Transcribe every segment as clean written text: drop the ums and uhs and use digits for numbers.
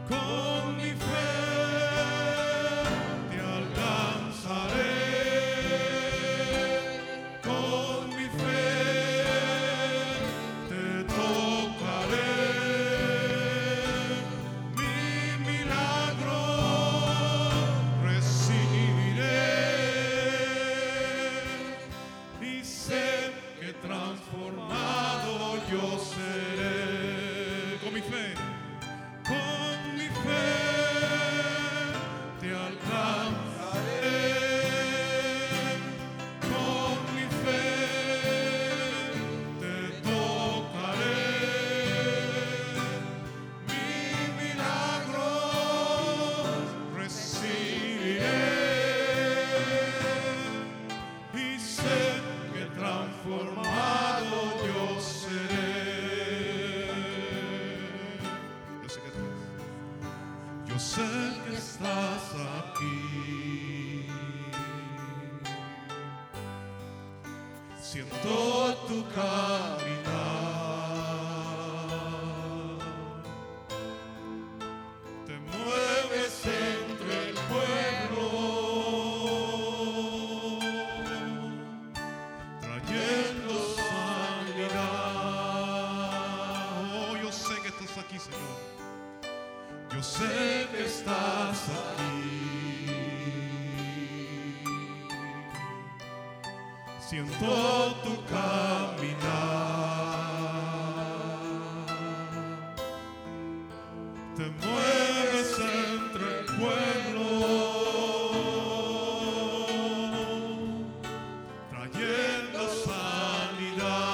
Con mi fe te alcanzaré, con mi fe te tocaré, mi milagro recibiré y sé que transformado yo seré. Con mi fe te alcanzaré, con mi fe te tocaré, mi milagro recibiré y sé que transformado yo seré. Yo sé que estás aquí, siento tu caminar, te mueves entre el pueblo, trayendo sanidad. Oh, yo sé que estás aquí, Señor. Yo sé que estás aquí, siento tu caminar, te mueves entre el pueblo, trayendo sanidad.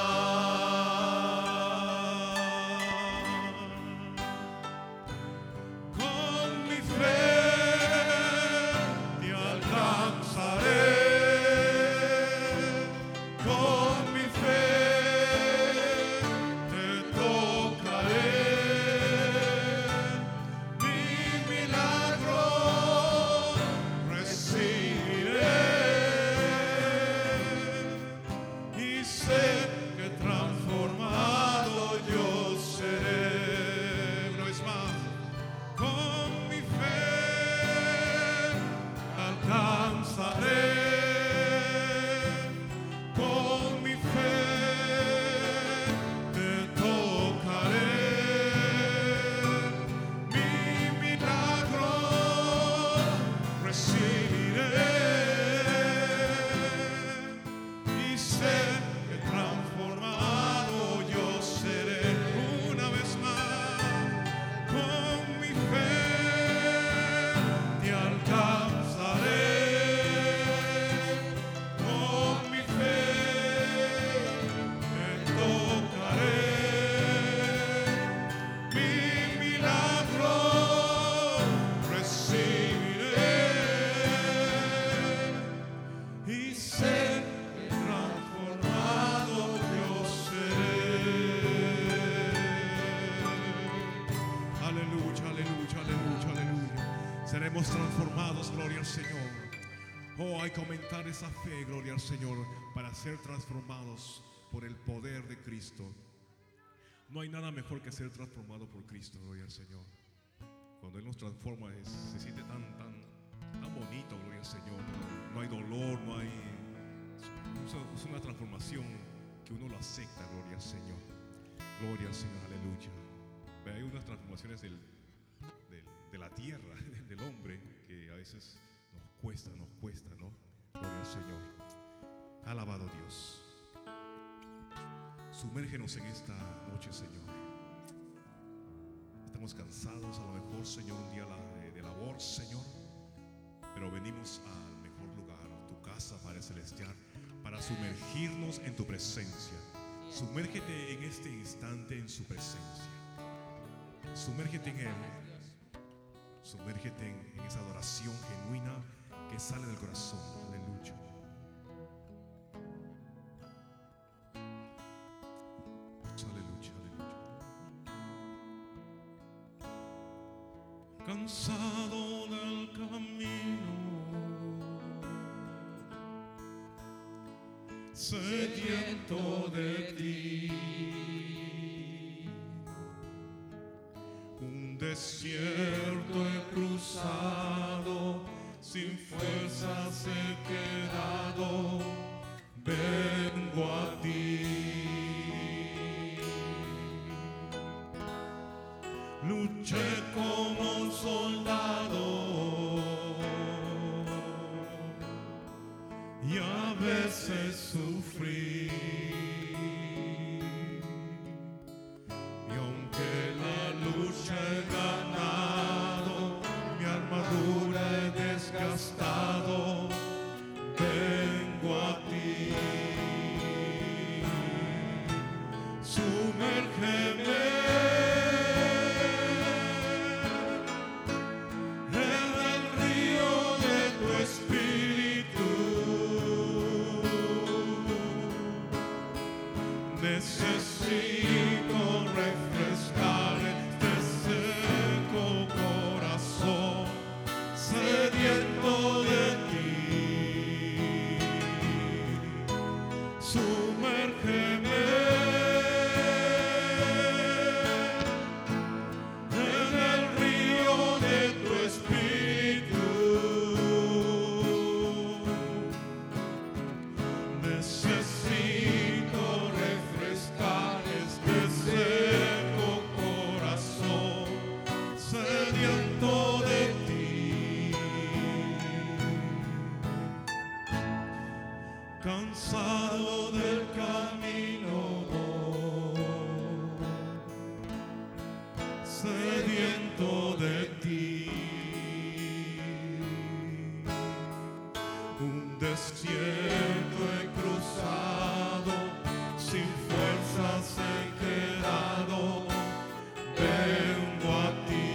Seremos transformados, gloria al Señor. Oh, hay que aumentar esa fe, gloria al Señor, para ser transformados por el poder de Cristo. No hay nada mejor que ser transformado por Cristo, gloria al Señor. Cuando Él nos transforma se siente tan bonito, gloria al Señor. No hay dolor, no hay... Es una transformación que uno lo acepta, gloria al Señor. Gloria al Señor, aleluya. Hay unas transformaciones de la tierra, del hombre, que a veces nos cuesta, ¿no? Gloria al Señor. Alabado Dios. Sumérgenos en esta noche, Señor. Estamos cansados, a lo mejor, Señor, un día de labor, Señor, pero venimos al mejor lugar, tu casa, Padre Celestial, para sumergirnos en tu presencia. Sumérgete en este instante en su presencia. Sumérgete en Él. Sumérgete en esa adoración genuina que sale del corazón. Aleluya. Aleluya, aleluya. Cansado del camino, sediento de ti, Un desierto he cruzado, sin fuerzas he quedado, vengo a ti. Luché como un soldado y a veces sufrí. Y aunque la lucha he ganado, mi armadura he desgastado, vengo a ti. Sumérgeme en el río de tu espíritu. Necesito refrescar este seco corazón, sediento de ti. Sumérgeme en el río de tu espíritu. Necesito refrescar este seco corazón, sediento de ti. Cansado del camino, sediento de ti. Un desierto he cruzado, sin fuerzas he quedado, vengo a ti.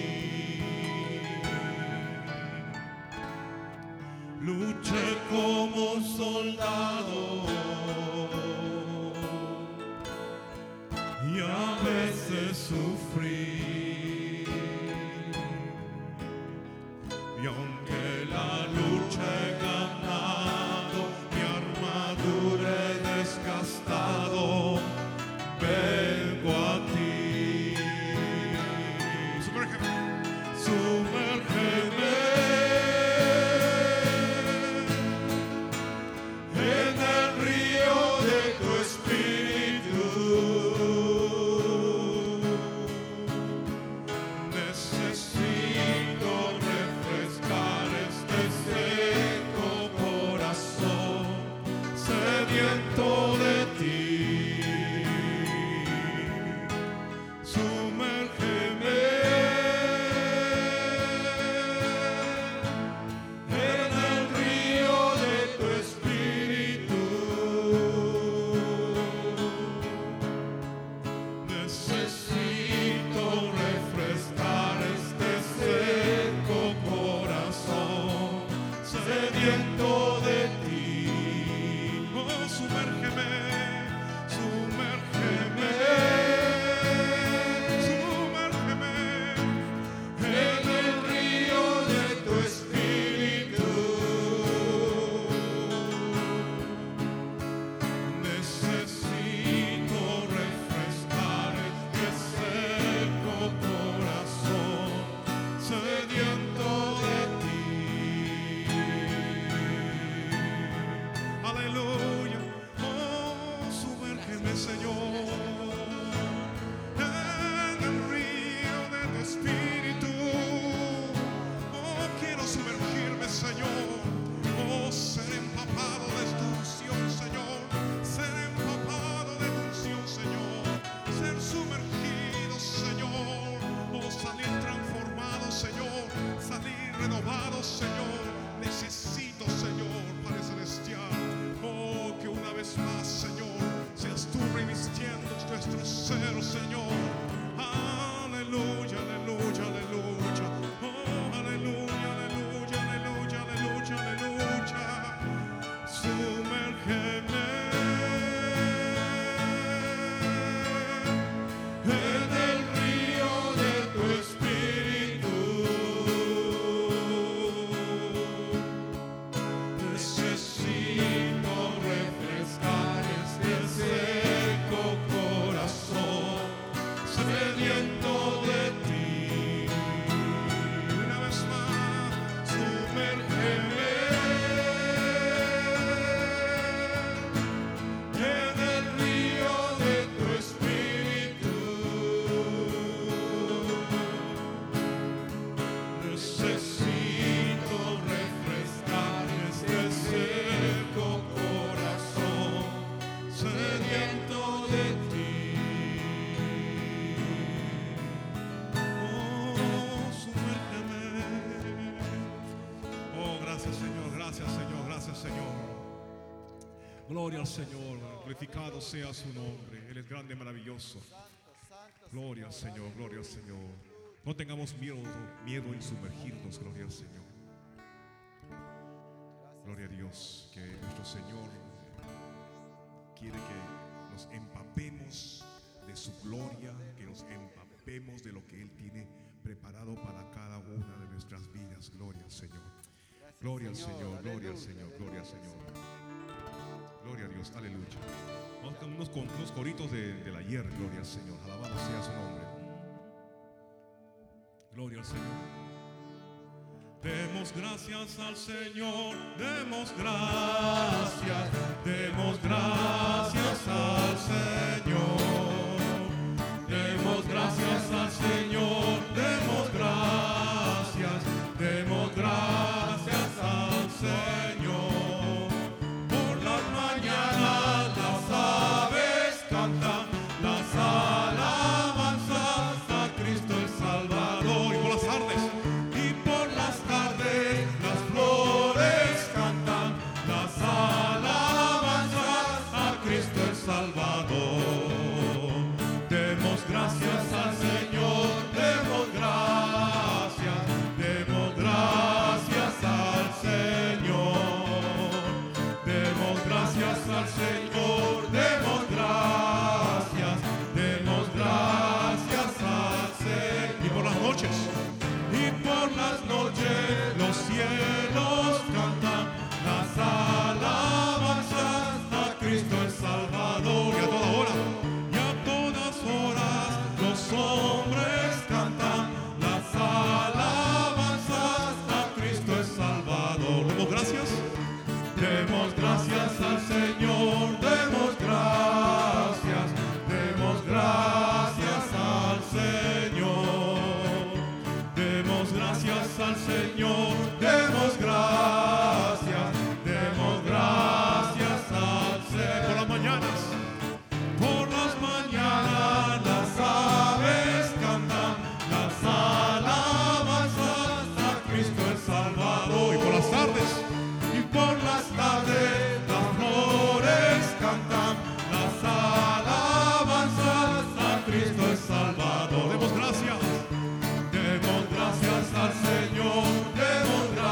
Luché como un soldado y a veces sufrí. Y aunque la lucha he ganado, mi armadura he desgastado, vengo a ti. Sumérgeme, sumérgeme en Gloria al Señor, glorificado sea su nombre. Él es grande, maravilloso. Gloria al Señor, gloria al Señor. No tengamos miedo en sumergirnos, gloria al Señor. Gloria a Dios, que nuestro Señor quiere que nos empapemos de su gloria, que nos empapemos de lo que Él tiene preparado para cada una de nuestras vidas. Gloria al Señor. Gloria al Señor, gloria al Señor, gloria al Señor. Gloria a Dios, aleluya. Vamos con unos coritos del ayer. Gloria al Señor, alabado sea su nombre. Gloria al Señor. Demos gracias al Señor, demos gracias al Señor. Demos gracias al Señor, demos gracias al Señor. Por las mañanas las aves cantan las alabanzas a Cristo el Salvador. Y por las tardes las flores cantan las alabanzas a Cristo el Salvador. Demos gracias al Señor, demos gracias al Señor. Demos gracias al Señor, demos gracias al Señor. Y por las noches los cielos cantan las alabanzas a Cristo el Salvador. Y a todas horas los hombres cantan las alabanzas a Cristo el Salvador. Demos gracias al Señor, demos gracias al Señor. Demos gracias al Señor, demos gracias al Señor. Por las mañanas las aves cantan las alabanzas a Cristo el Salvador. Y por las tardes las flores cantan las alabanzas a Cristo el Salvador. Demos gracias al Señor, demos gracias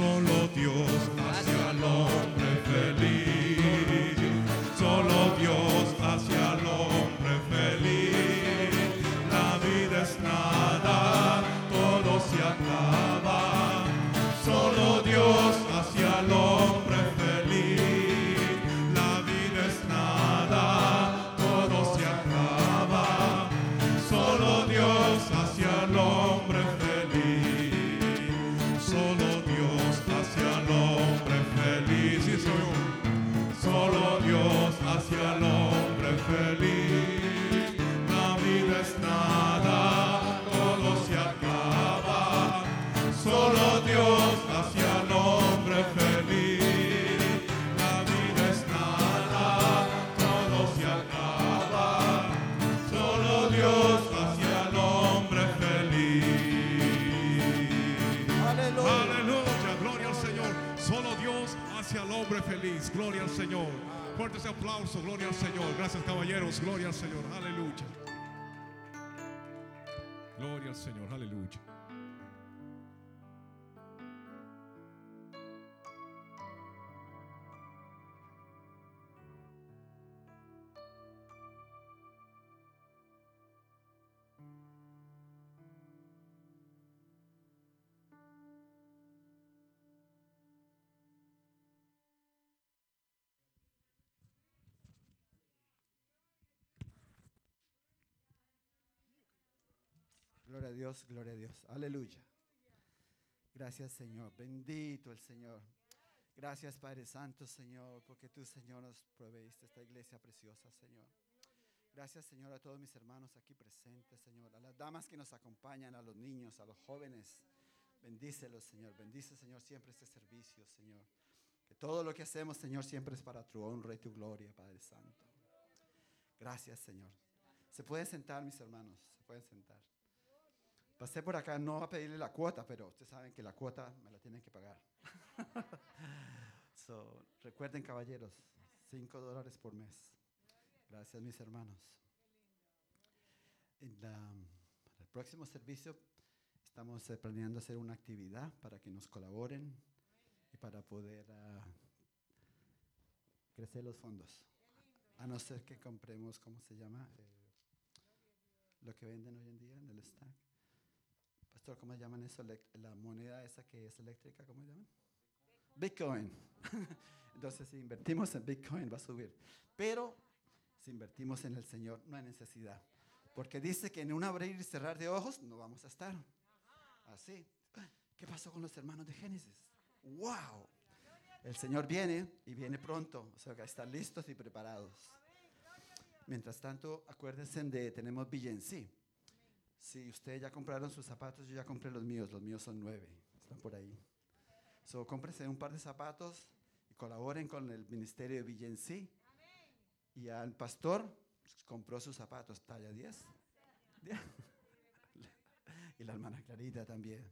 Solo Dios hace al hombre feliz. Solo Dios hace al hombre feliz. La vida es nada, todo se acaba. Solo Dios hace al hombre feliz. La vida es nada, todo se acaba. Solo Dios hace al hombre feliz. Solo Dios hace al hombre feliz. Sí, soy yo. Solo Dios hace al hombre feliz. La vida es nada, todo se acaba. Solo Dios hace al hombre feliz. La vida es nada, todo se acaba. Solo Dios hace al hombre feliz. Aleluya. Aleluya, gloria al Señor. Solo Dios hace al hombre feliz. Gloria al Señor. Fuerte ese aplauso, gloria al Señor. Gracias, caballeros, gloria al Señor. Aleluya. Gloria al Señor, aleluya. Gloria a Dios, gloria a Dios. Aleluya. Gracias, Señor. Bendito el Señor. Gracias, Padre Santo, Señor, porque tú, Señor, nos proveíste esta iglesia preciosa, Señor. Gracias, Señor, a todos mis hermanos aquí presentes, Señor. A las damas que nos acompañan, a los niños, a los jóvenes. Bendícelos, Señor. Bendice, Señor, siempre este servicio, Señor. Que todo lo que hacemos, Señor, siempre es para tu honra y tu gloria, Padre Santo. Gracias, Señor. Se pueden sentar, mis hermanos. Se pueden sentar. Pasé por acá no a pedirle la cuota, pero ustedes saben que la cuota me la tienen que pagar. Recuerden, caballeros, $5 por mes. Gracias, mis hermanos. Para el próximo servicio estamos planeando hacer una actividad para que nos colaboren y para poder crecer los fondos. A no ser que compremos, ¿cómo se llama? Lo que venden hoy en día en el stack. Pastor, ¿cómo llaman eso? La moneda esa que es eléctrica, ¿cómo llaman? Bitcoin. Entonces, si invertimos en Bitcoin va a subir. Pero si invertimos en el Señor, no hay necesidad. Porque dice que en un abrir y cerrar de ojos no vamos a estar. Así. ¿Qué pasó con los hermanos de Génesis? ¡Wow! El Señor viene y viene pronto. O sea, que están listos y preparados. Mientras tanto, acuérdense de, tenemos BNC. Si ustedes ya compraron sus zapatos, yo ya compré los míos son 9, están por ahí. Cómprense un par de zapatos y colaboren con el ministerio de BNC. Y al pastor compró sus zapatos, talla 10. Y la hermana Clarita también.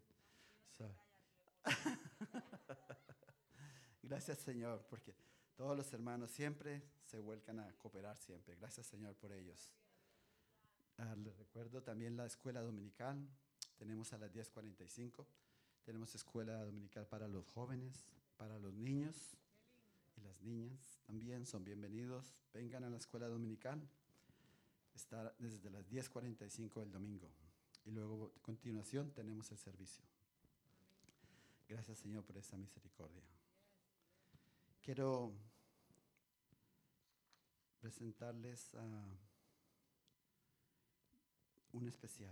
Gracias, Señor, porque todos los hermanos siempre se vuelcan a cooperar siempre. Gracias, Señor, por ellos. Les recuerdo también la escuela dominical. Tenemos a las 10:45. Tenemos escuela dominical para los jóvenes, para los niños y las niñas también son bienvenidos. Vengan a la escuela dominical. Está desde las 10:45 del domingo. Y luego, a continuación, tenemos el servicio. Gracias, Señor, por esa misericordia. Quiero presentarles a un especial.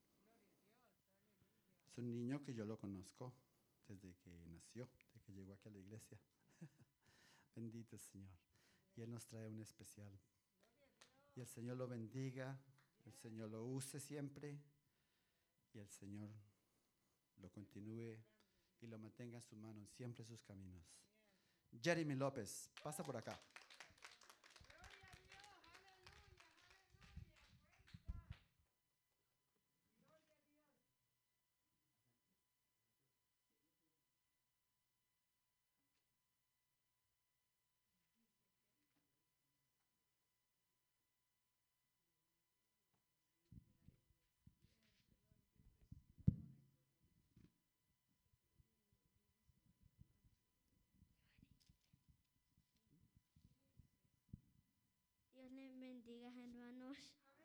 Es un niño que yo lo conozco desde que nació, desde que llegó aquí a la iglesia. Bendito Señor. Y Él nos trae un especial. Y el Señor lo bendiga, el Señor lo use siempre y el Señor lo continúe y lo mantenga en sus manos, siempre en sus caminos. Jeremy López, pasa por acá. le bendiga, hermanos.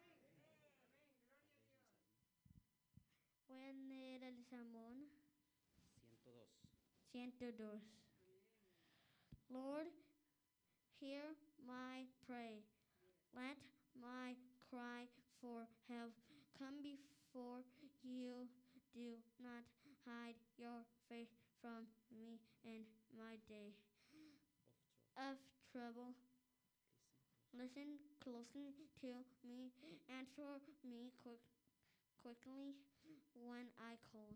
Voy a leer el Salmón 102. Lord, hear my prayer. Let my cry for help come before you. Do not hide your face from me in my day of trouble. Listen closely to me. Answer me quickly when I call.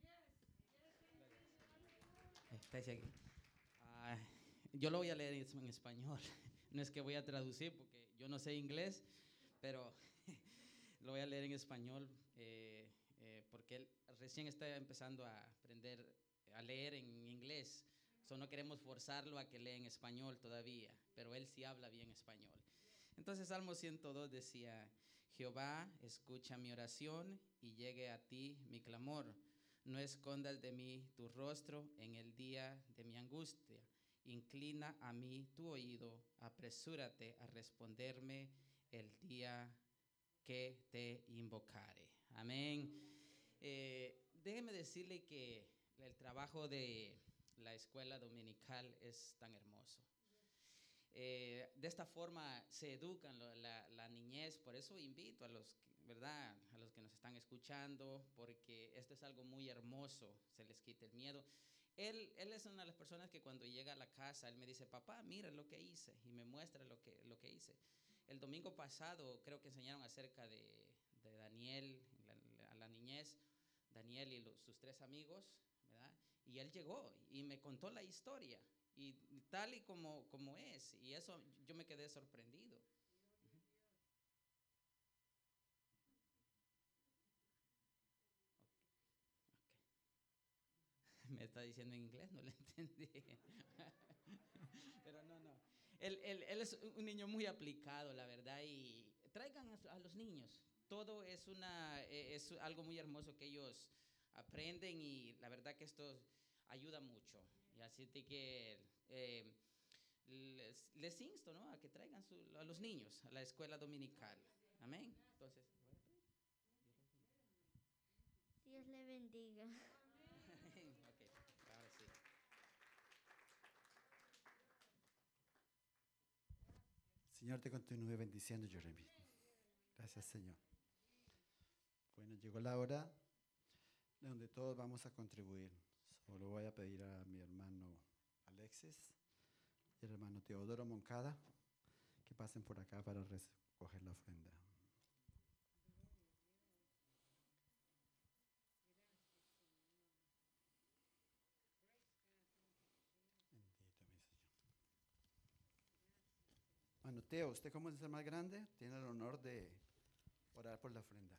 ¿Estáis aquí? Yo lo voy a leer en español. No es que voy a traducir porque yo no sé inglés, pero lo voy a leer en español porque él recién está empezando a aprender a leer en inglés. No queremos forzarlo a que lea en español todavía, pero él sí habla bien español. Entonces Salmo 102 decía: Jehová, escucha mi oración y llegue a ti mi clamor. No escondas de mí tu rostro en el día de mi angustia. Inclina a mí tu oído, apresúrate a responderme el día que te invocare. Amén. Déjeme decirle que el trabajo de la escuela dominical es tan hermoso. De esta forma se educan la niñez, por eso invito a los, ¿verdad?, a los que nos están escuchando, porque esto es algo muy hermoso, se les quita el miedo. Él es una de las personas que cuando llega a la casa, él me dice: papá, mira lo que hice, y me muestra lo que hice. El domingo pasado creo que enseñaron acerca de Daniel, a la niñez, Daniel y sus 3 amigos, ¿verdad? Y él llegó y me contó la historia, y tal y como es, y eso yo me quedé sorprendido. Me está diciendo en inglés, no le entendí. Pero no. Él es un niño muy aplicado, la verdad, y traigan a los niños. Todo es algo muy hermoso que ellos aprenden, y la verdad que esto ayuda mucho. Y así que les insto, ¿no?, a que traigan a los niños a la escuela dominical. Amén. Entonces, Dios le bendiga. okay, ahora sí. Señor te continúe bendiciendo, Jeremy. Gracias, Señor. Bueno, llegó la hora donde todos vamos a contribuir. Solo voy a pedir a mi hermano Alexis y el hermano Teodoro Moncada que pasen por acá para recoger la ofrenda. Hermano Teo, usted como es el más grande, tiene el honor de orar por la ofrenda.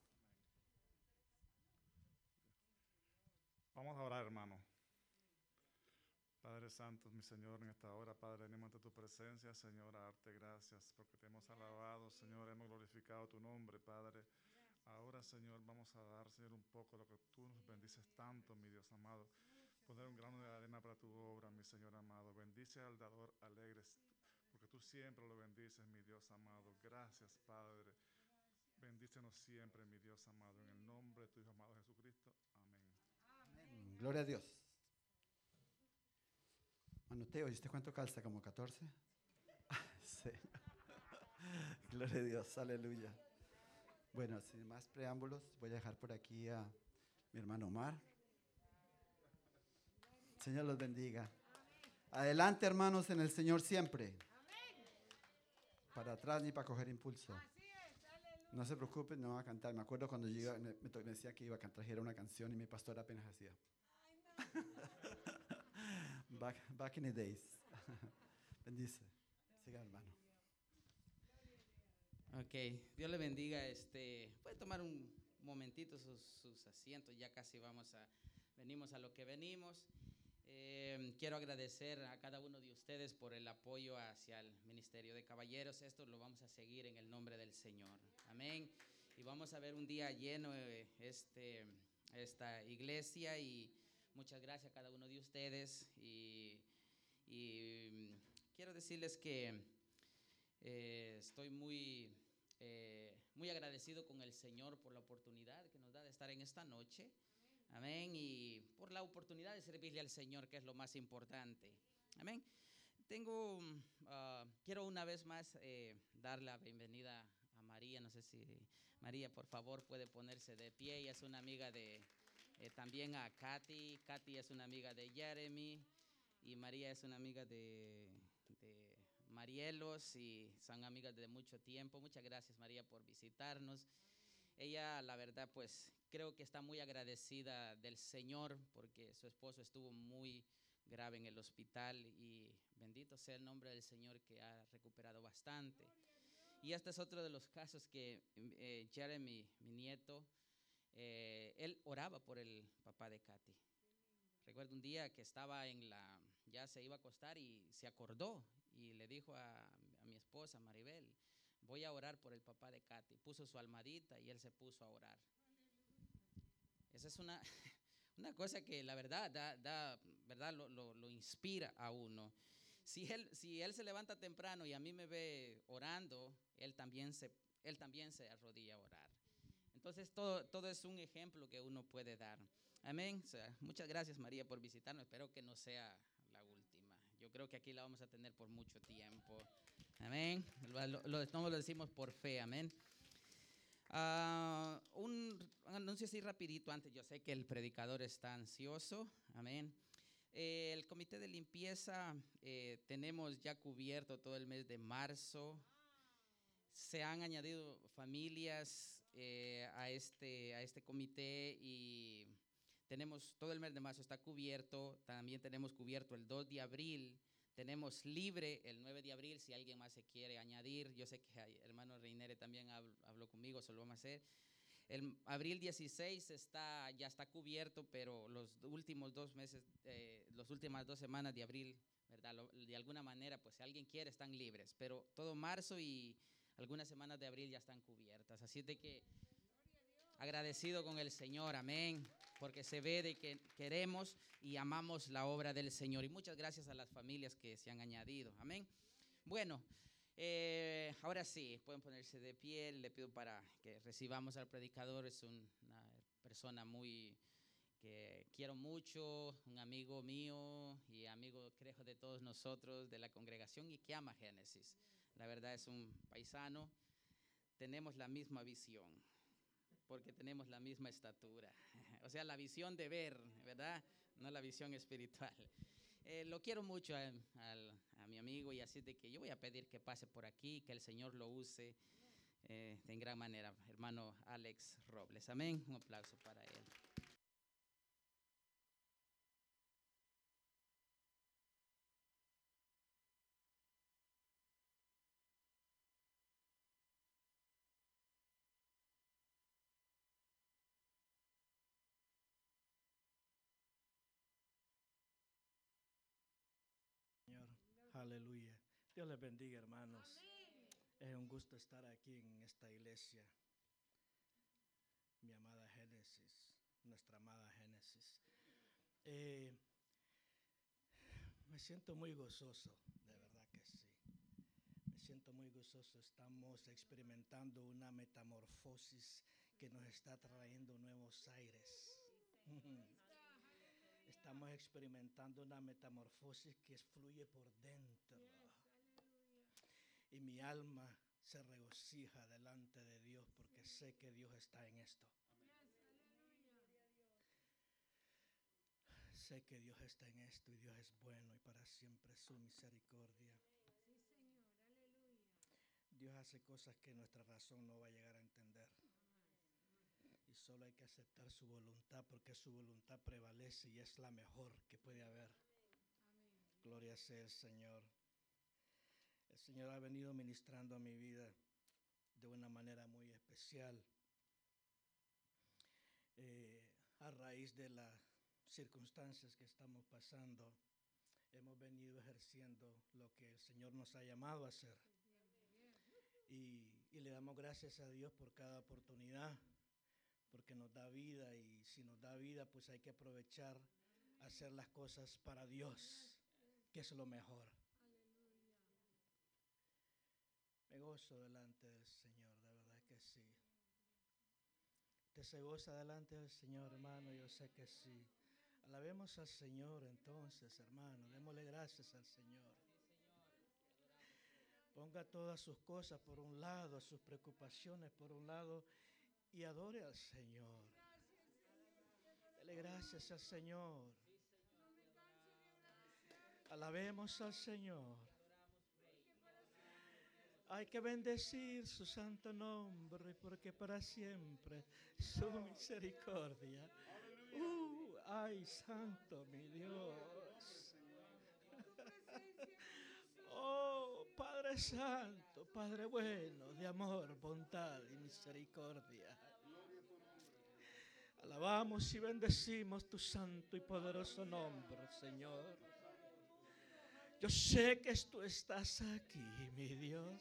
Vamos a orar, hermano. Padre Santo, mi Señor, en esta hora, Padre, venimos ante tu presencia, Señor, a darte gracias porque te hemos alabado, Señor, hemos glorificado tu nombre, Padre. Ahora, Señor, vamos a dar, Señor, un poco de lo que tú nos bendices tanto, mi Dios amado. Poner un grano de arena para tu obra, mi Señor amado. Bendice al dador alegre, porque tú siempre lo bendices, mi Dios amado. Gracias, Padre. Bendícenos siempre, mi Dios amado. En el nombre de tu Hijo amado Jesucristo. Amén. Amén. Gloria a Dios. Manuteo, ¿y usted cuánto calza? ¿Como 14? Sí. Gloria a Dios, aleluya. Bueno, sin más preámbulos, voy a dejar por aquí a mi hermano Omar. Señor los bendiga. Adelante, hermanos, en el Señor siempre. Para atrás ni para coger impulso. No se preocupen, no va a cantar. Me acuerdo cuando yo iba, me decía que iba a cantar, era una canción, y mi pastor apenas hacía. Back in the days. Bendice. Siga, hermano. Ok, Dios le bendiga. Puede tomar un momentito sus asientos, ya casi venimos a lo que venimos. Quiero agradecer a cada uno de ustedes por el apoyo hacia el Ministerio de Caballeros. Esto lo vamos a seguir en el nombre del Señor. Amén. Y vamos a ver un día lleno esta iglesia, y muchas gracias a cada uno de ustedes. Y quiero decirles que Estoy muy agradecido con el Señor por la oportunidad que nos da de estar en esta noche. Amén. Y por la oportunidad de servirle al Señor, que es lo más importante. Amén. Quiero una vez más dar la bienvenida a María. No sé si María, por favor, puede ponerse de pie. Ella es una amiga de, también a Katy. Katy es una amiga de Jeremy. Y María es una amiga de Marielos y son amigas de mucho tiempo. Muchas gracias, María, por visitarnos. Ella, la verdad, pues creo que está muy agradecida del Señor porque su esposo estuvo muy grave en el hospital y bendito sea el nombre del Señor que ha recuperado bastante. Y este es otro de los casos que Jeremy, mi nieto, él oraba por el papá de Katy. Recuerdo un día que estaba ya se iba a acostar y se acordó y le dijo a mi esposa Maribel, voy a orar por el papá de Katy. Puso su almohadita y él se puso a orar. Esa es una cosa que la verdad ¿verdad? Lo inspira a uno. Si él se levanta temprano y a mí me ve orando, él también se arrodilla a orar. Entonces todo es un ejemplo que uno puede dar. Amén. O sea, muchas gracias, María, por visitarnos. Espero que no sea la última. Yo creo que aquí la vamos a tener por mucho tiempo. Amén. Lo decimos por fe. Amén. Un anuncio así rapidito antes. Yo sé que el predicador está ansioso. Amén. El comité de limpieza tenemos ya cubierto todo el mes de marzo. Se han añadido familias a este comité y tenemos todo el mes de marzo está cubierto. También tenemos cubierto el 2 de abril. Tenemos libre el 9 de abril si alguien más se quiere añadir. Yo sé que el hermano Reinere también habló conmigo, eso lo vamos a hacer. El abril 16 ya está cubierto, pero los últimos 2 meses, las últimas 2 semanas de abril, ¿verdad? De alguna manera, pues si alguien quiere, están libres. Pero todo marzo y algunas semanas de abril ya están cubiertas. Así de que agradecido con el Señor, amén, porque se ve de que queremos y amamos la obra del Señor. Y muchas gracias a las familias que se han añadido, amén. Bueno, ahora sí, pueden ponerse de pie. Le pido para que recibamos al predicador. Es una persona que quiero mucho, un amigo mío y amigo, creo, de todos nosotros de la congregación y que ama Génesis. La verdad es un paisano. Tenemos la misma visión porque tenemos la misma estatura. O sea, la visión de ver, ¿verdad? No la visión espiritual. Lo quiero mucho a mi amigo y así de que yo voy a pedir que pase por aquí, que el Señor lo use en gran manera. Hermano Alex Robles, amén. Un aplauso para él. Señor, aleluya. Dios les bendiga, hermanos. Es un gusto estar aquí en esta iglesia. Mi amada Génesis, nuestra amada Génesis. Me siento muy gozoso, de verdad que sí. Me siento muy gozoso. Estamos experimentando una metamorfosis que nos está trayendo nuevos aires. Estamos experimentando una metamorfosis que fluye por dentro. Y mi alma se regocija delante de Dios porque sé que Dios está en esto. Sé que Dios está en esto y Dios es bueno y para siempre su misericordia. Dios hace cosas que nuestra razón no va a llegar a entender. Y solo hay que aceptar su voluntad porque su voluntad prevalece y es la mejor que puede haber. Gloria sea el Señor. El Señor ha venido ministrando a mi vida de una manera muy especial. A raíz de las circunstancias que estamos pasando, hemos venido ejerciendo lo que el Señor nos ha llamado a hacer. Y le damos gracias a Dios por cada oportunidad, porque nos da vida y si nos da vida, pues hay que aprovechar, hacer las cosas para Dios, que es lo mejor. Me gozo delante del Señor, de verdad que sí. ¿Usted se goza delante del Señor, hermano? Yo sé que sí. Alabemos al Señor entonces, hermano. Démosle gracias al Señor. Ponga todas sus cosas por un lado, sus preocupaciones por un lado y adore al Señor. Dele gracias al Señor. Alabemos al Señor. Hay que bendecir su santo nombre porque para siempre su misericordia. Ay, santo mi Dios. Oh, Padre Santo, Padre bueno, de amor, bondad y misericordia. Alabamos y bendecimos tu santo y poderoso nombre, Señor. Yo sé que tú estás aquí, mi Dios.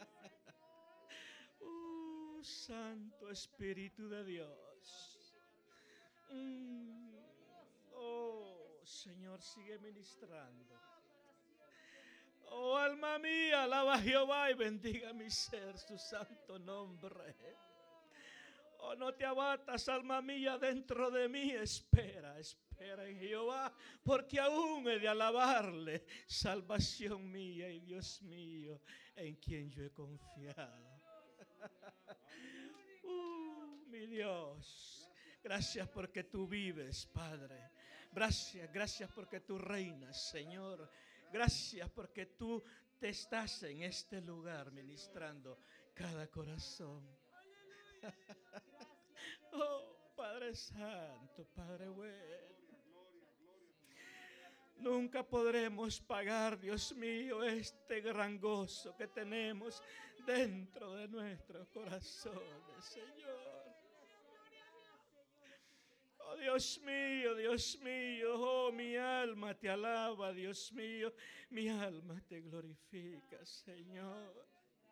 Santo Espíritu de Dios. Oh, Señor, sigue ministrando. Oh, alma mía, alaba a Jehová y bendiga mi ser, su santo nombre. Oh, no te abatas, alma mía, dentro de mí. Espera en Jehová, porque aún he de alabarle, salvación mía y Dios mío, en quien yo he confiado. Mi Dios, gracias porque tú vives, Padre. Gracias porque tú reinas, Señor. Gracias porque tú te estás en este lugar ministrando cada corazón. Oh, Padre Santo, Padre bueno. Nunca podremos pagar, Dios mío, este gran gozo que tenemos dentro de nuestros corazones, Señor. Oh, Dios mío, oh, mi alma te alaba, Dios mío, mi alma te glorifica, Señor.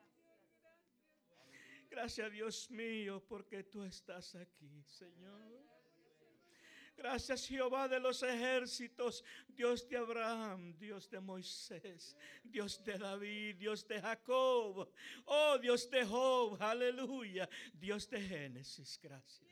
Gracias, Dios mío, porque tú estás aquí, Señor. Gracias, Jehová de los ejércitos, Dios de Abraham, Dios de Moisés, Dios de David, Dios de Jacob, oh Dios de Job, aleluya, Dios de Génesis, gracias.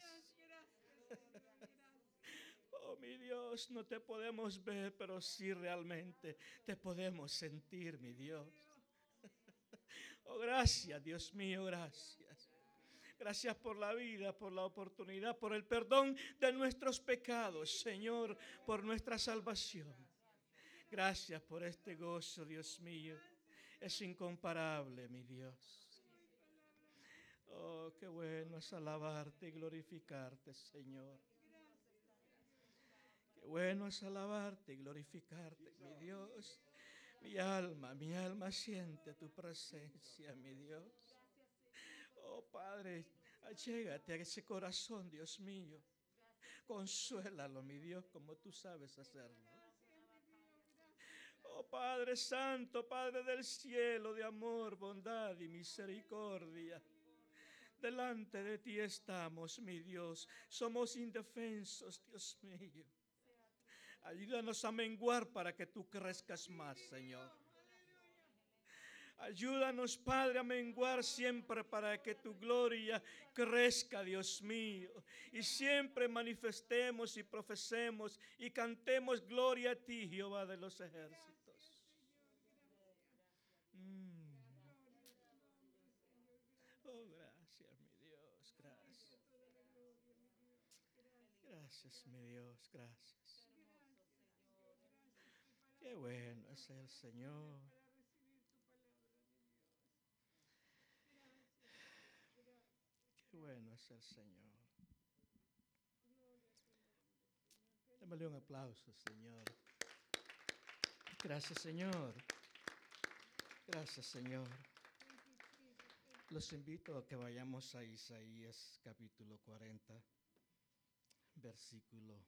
Oh, mi Dios, no te podemos ver, pero sí realmente te podemos sentir, mi Dios. Oh, gracias, Dios mío, gracias. Gracias por la vida, por la oportunidad, por el perdón de nuestros pecados, Señor, por nuestra salvación. Gracias por este gozo, Dios mío. Es incomparable, mi Dios. Oh, qué bueno es alabarte y glorificarte, Señor. Qué bueno es alabarte y glorificarte, mi Dios. Mi alma siente tu presencia, mi Dios. Oh, Padre, allégate a ese corazón, Dios mío. Consuélalo, mi Dios, como tú sabes hacerlo. Oh, Padre Santo, Padre del cielo, de amor, bondad y misericordia. Delante de ti estamos, mi Dios. Somos indefensos, Dios mío. Ayúdanos a menguar para que tú crezcas más, Señor. Ayúdanos, Padre, a menguar siempre para que tu gloria crezca, Dios mío. Y siempre manifestemos y profesemos y cantemos gloria a ti, Jehová de los ejércitos. Oh, gracias, mi Dios, gracias. Gracias, mi Dios, gracias. Qué bueno es el Señor. Qué bueno es el Señor. Démosle un aplauso, Señor. Gracias, Señor. Gracias, Señor. Los invito a que vayamos a Isaías capítulo 40, versículo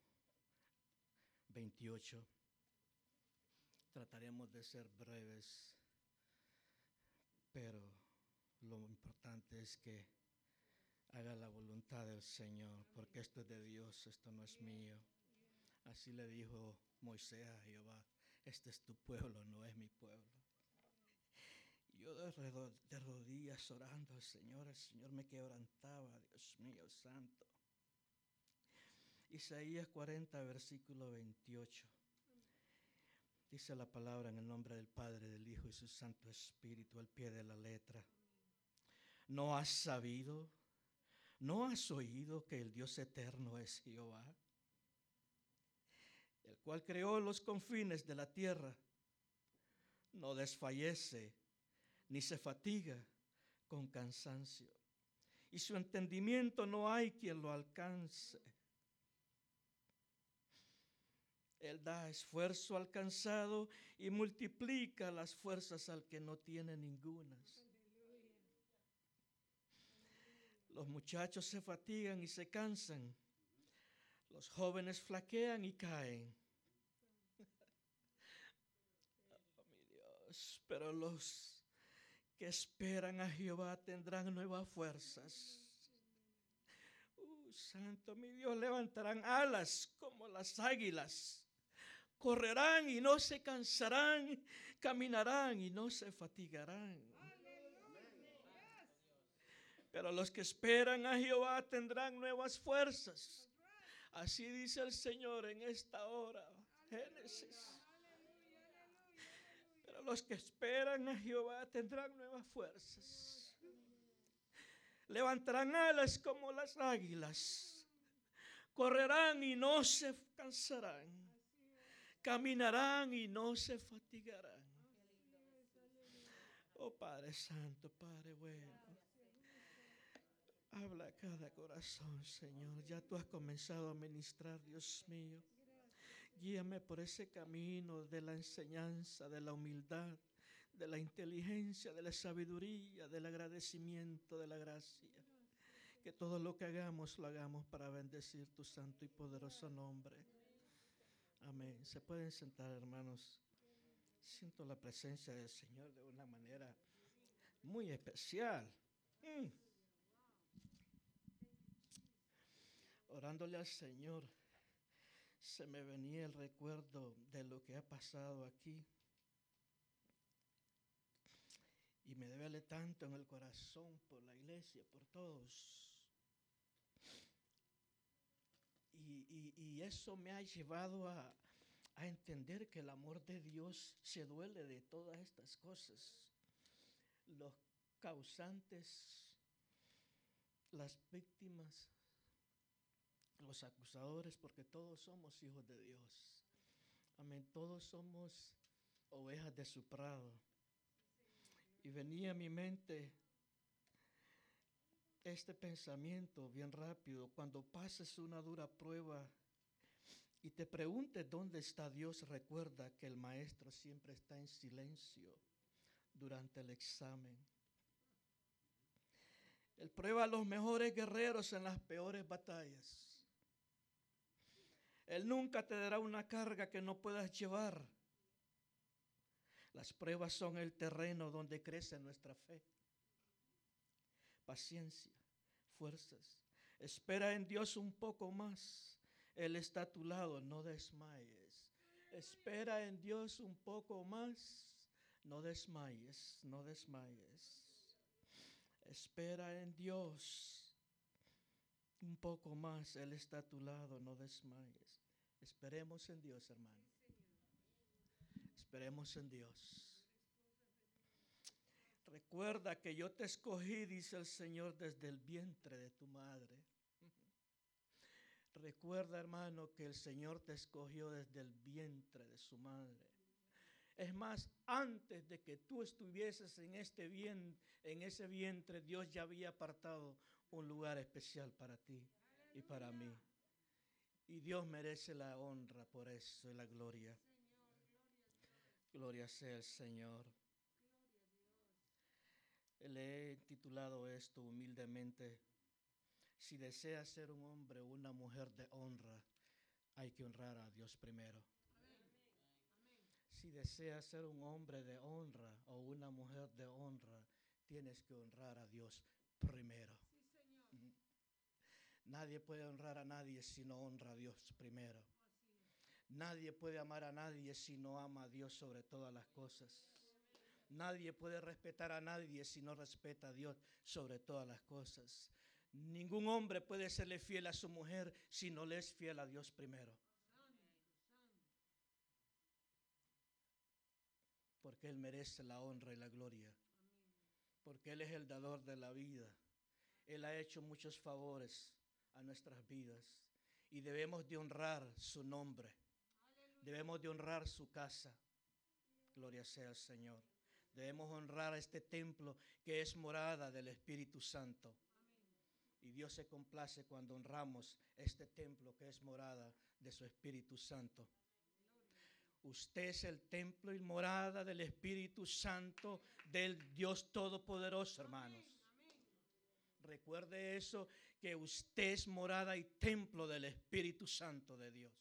28. Trataremos de ser breves, pero lo importante es que haga la voluntad del Señor, porque esto es de Dios, esto no es mío. Así le dijo Moisés a Jehová: este es tu pueblo, no es mi pueblo. Yo de rodillas orando al Señor, el Señor me quebrantaba, Dios mío santo. Isaías 40, versículo 28. Dice la palabra en el nombre del Padre, del Hijo y su Santo Espíritu, al pie de la letra. ¿No has sabido, no has oído que el Dios eterno es Jehová, el cual creó los confines de la tierra? No desfallece ni se fatiga con cansancio, y su entendimiento no hay quien lo alcance. Él da esfuerzo al cansado y multiplica las fuerzas al que no tiene ningunas. Los muchachos se fatigan y se cansan. Los jóvenes flaquean y caen. Oh, mi Dios, pero los que esperan a Jehová tendrán nuevas fuerzas. Santo mi Dios, levantarán alas como las águilas. Correrán y no se cansarán, caminarán y no se fatigarán. Pero los que esperan a Jehová tendrán nuevas fuerzas. Así dice el Señor en esta hora. Génesis. Pero los que esperan a Jehová tendrán nuevas fuerzas. Levantarán alas como las águilas. Correrán y no se cansarán. Caminarán y no se fatigarán. Oh Padre Santo, Padre bueno. Habla a cada corazón, Señor. Ya tú has comenzado a ministrar, Dios mío. Guíame por ese camino de la enseñanza, de la humildad, de la inteligencia, de la sabiduría, del agradecimiento, de la gracia. Que todo lo que hagamos, lo hagamos para bendecir tu santo y poderoso nombre. Amén. Se pueden sentar, hermanos. Siento la presencia del Señor de una manera muy especial. Orándole al Señor, se me venía el recuerdo de lo que ha pasado aquí. Y me duele tanto en el corazón por la iglesia, por todos. Y eso me ha llevado a entender que el amor de Dios se duele de todas estas cosas. Los causantes, las víctimas, los acusadores, porque todos somos hijos de Dios. Amén, todos somos ovejas de su prado. Y venía a mi mente este pensamiento bien rápido: cuando pases una dura prueba y te preguntes dónde está Dios, recuerda que el maestro siempre está en silencio durante el examen. Él prueba a los mejores guerreros en las peores batallas. Él nunca te dará una carga que no puedas llevar. Las pruebas son el terreno donde crece nuestra fe. Paciencia, fuerzas. Espera en Dios un poco más. Él está a tu lado, no desmayes. Espera en Dios un poco más. No desmayes, no desmayes. Espera en Dios un poco más. Él está a tu lado, no desmayes. Esperemos en Dios, hermano. Esperemos en Dios. Recuerda que yo te escogí, dice el Señor, desde el vientre de tu madre. Recuerda, hermano, que el Señor te escogió desde el vientre de su madre. Es más, antes de que tú estuvieses en ese vientre, Dios ya había apartado un lugar especial para ti y para mí. Y Dios merece la honra por eso y la gloria. Gloria sea el Señor. Le he titulado esto humildemente: si deseas ser un hombre o una mujer de honra, hay que honrar a Dios primero. Si deseas ser un hombre de honra o una mujer de honra, tienes que honrar a Dios primero. Nadie puede honrar a nadie si no honra a Dios primero. Nadie puede amar a nadie si no ama a Dios sobre todas las cosas. Nadie puede respetar a nadie si no respeta a Dios sobre todas las cosas. Ningún hombre puede serle fiel a su mujer si no le es fiel a Dios primero. Porque Él merece la honra y la gloria. Porque Él es el dador de la vida. Él ha hecho muchos favores a nuestras vidas y debemos de honrar su nombre. Debemos de honrar su casa. Gloria sea al Señor. Debemos honrar a este templo que es morada del Espíritu Santo. Y Dios se complace cuando honramos este templo que es morada de su Espíritu Santo. Usted es el templo y morada del Espíritu Santo del Dios Todopoderoso, hermanos. Recuerde eso, que usted es morada y templo del Espíritu Santo de Dios.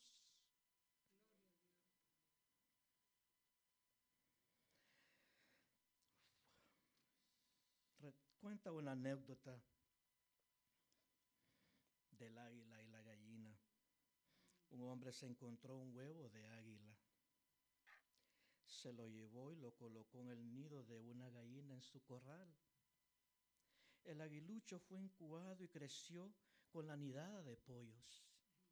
Cuenta una anécdota del águila y la gallina. Un hombre se encontró un huevo de águila. Se lo llevó y lo colocó en el nido de una gallina en su corral. El aguilucho fue incubado y creció con la nidada de pollos.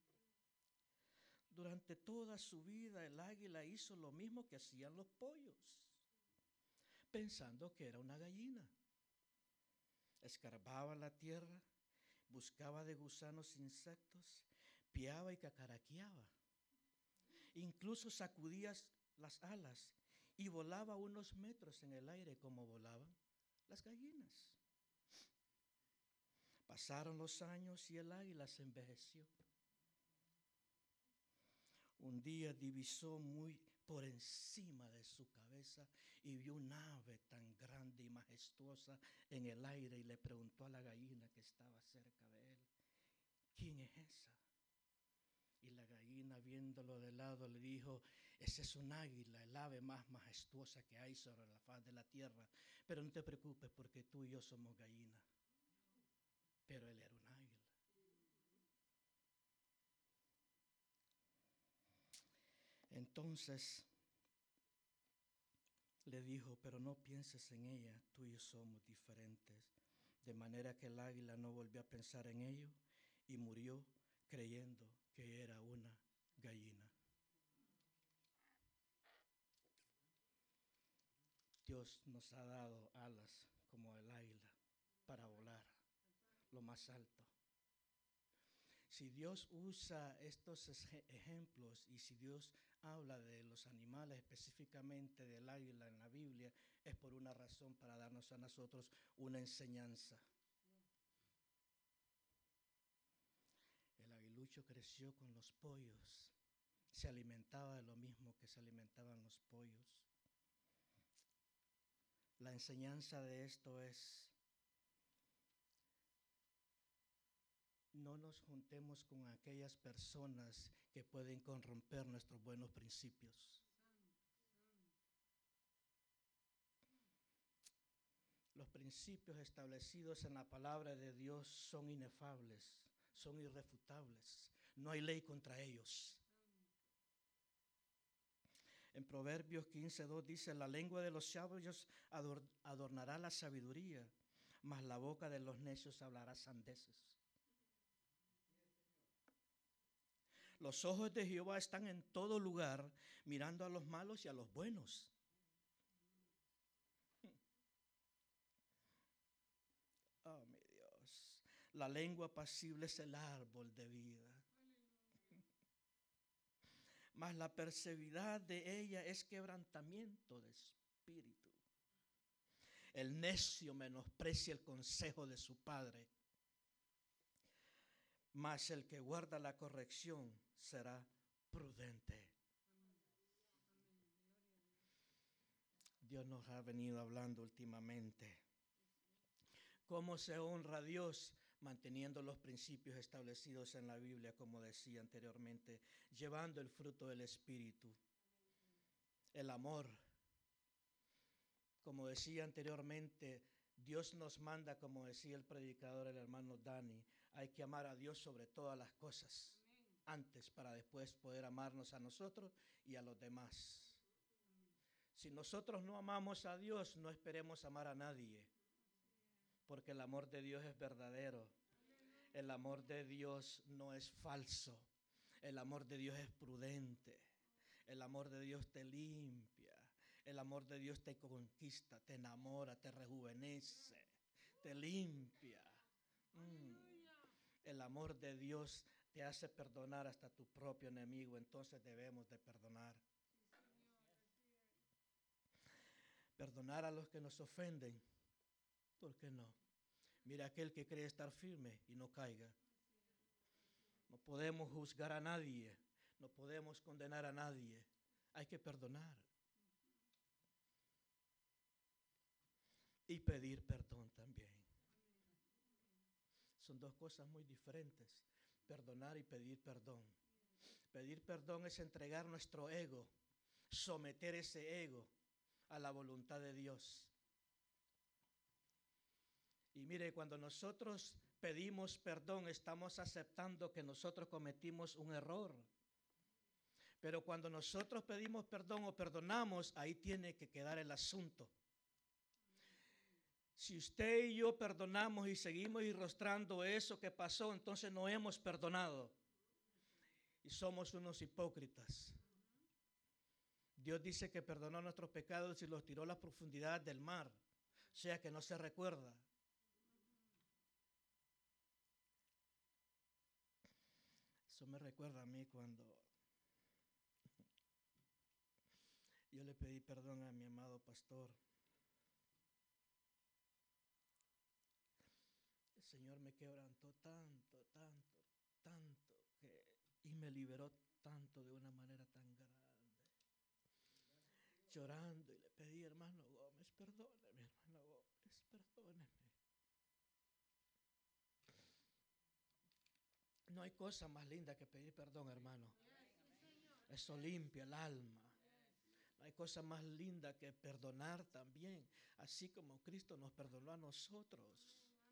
Durante toda su vida el águila hizo lo mismo que hacían los pollos, pensando que era una gallina. Escarbaba la tierra, buscaba de gusanos insectos, piaba y cacaraqueaba. Incluso sacudía las alas y volaba unos metros en el aire como volaban las gallinas. Pasaron los años y el águila se envejeció. Un día divisó muy por encima de su cabeza y vio un ave tan grande y majestuosa en el aire y le preguntó a la gallina que estaba cerca de él: ¿quién es esa? Y la gallina, viéndolo de lado, le dijo: ese es un águila, el ave más majestuosa que hay sobre la faz de la tierra. Pero no te preocupes, porque tú y yo somos gallinas. Pero él era un águila. Entonces le dijo: pero no pienses en ella, tú y yo somos diferentes. De manera que el águila no volvió a pensar en ello y murió creyendo que era una gallina. Dios nos ha dado alas como el águila para volar lo más alto. Si Dios usa estos ejemplos y si Dios habla de los animales, específicamente del águila en la Biblia, es por una razón, para darnos a nosotros una enseñanza. El aguilucho creció con los pollos, se alimentaba de lo mismo que se alimentaban los pollos. La enseñanza de esto es: no nos juntemos con aquellas personas que pueden corromper nuestros buenos principios. Los principios establecidos en la palabra de Dios son inefables, son irrefutables. No hay ley contra ellos. En Proverbios 15:2 dice: la lengua de los sabios adornará la sabiduría, mas la boca de los necios hablará sandeces. Los ojos de Jehová están en todo lugar, mirando a los malos y a los buenos. Oh, mi Dios. La lengua apacible es el árbol de vida, mas la perseveridad de ella es quebrantamiento de espíritu. El necio menosprecia el consejo de su padre, mas el que guarda la corrección será prudente. Dios nos ha venido hablando últimamente. ¿Cómo se honra a Dios? Manteniendo los principios establecidos en la Biblia, como decía anteriormente, llevando el fruto del Espíritu, el amor. Como decía anteriormente, Dios nos manda, como decía el predicador, el hermano Dani, hay que amar a Dios sobre todas las cosas, antes, para después poder amarnos a nosotros y a los demás. Si nosotros no amamos a Dios, no esperemos amar a nadie, porque el amor de Dios es verdadero. El amor de Dios no es falso. El amor de Dios es prudente. El amor de Dios te limpia. El amor de Dios te conquista, te enamora, te rejuvenece, te limpia. El amor de Dios te hace perdonar hasta tu propio enemigo, entonces debemos de perdonar. Perdonar a los que nos ofenden, ¿por qué no? Mira aquel que cree estar firme y no caiga. No podemos juzgar a nadie, no podemos condenar a nadie, hay que perdonar. Y pedir perdón también. Son dos cosas muy diferentes, perdonar y pedir perdón. Pedir perdón es entregar nuestro ego, someter ese ego a la voluntad de Dios. Y mire, cuando nosotros pedimos perdón, estamos aceptando que nosotros cometimos un error. Pero cuando nosotros pedimos perdón o perdonamos, ahí tiene que quedar el asunto. Si usted y yo perdonamos y seguimos irrostrando eso que pasó, entonces no hemos perdonado. Y somos unos hipócritas. Dios dice que perdonó nuestros pecados y los tiró a las profundidades del mar. O sea que no se recuerda. Eso me recuerda a mí cuando yo le pedí perdón a mi amado pastor. El Señor me quebrantó tanto, y me liberó tanto de una manera tan grande. Llorando y le pedí, hermano Gómez, perdóneme, hermano Gómez, perdóneme. No hay cosa más linda que pedir perdón, hermano. Eso limpia el alma. No hay cosa más linda que perdonar también, así como Cristo nos perdonó a nosotros.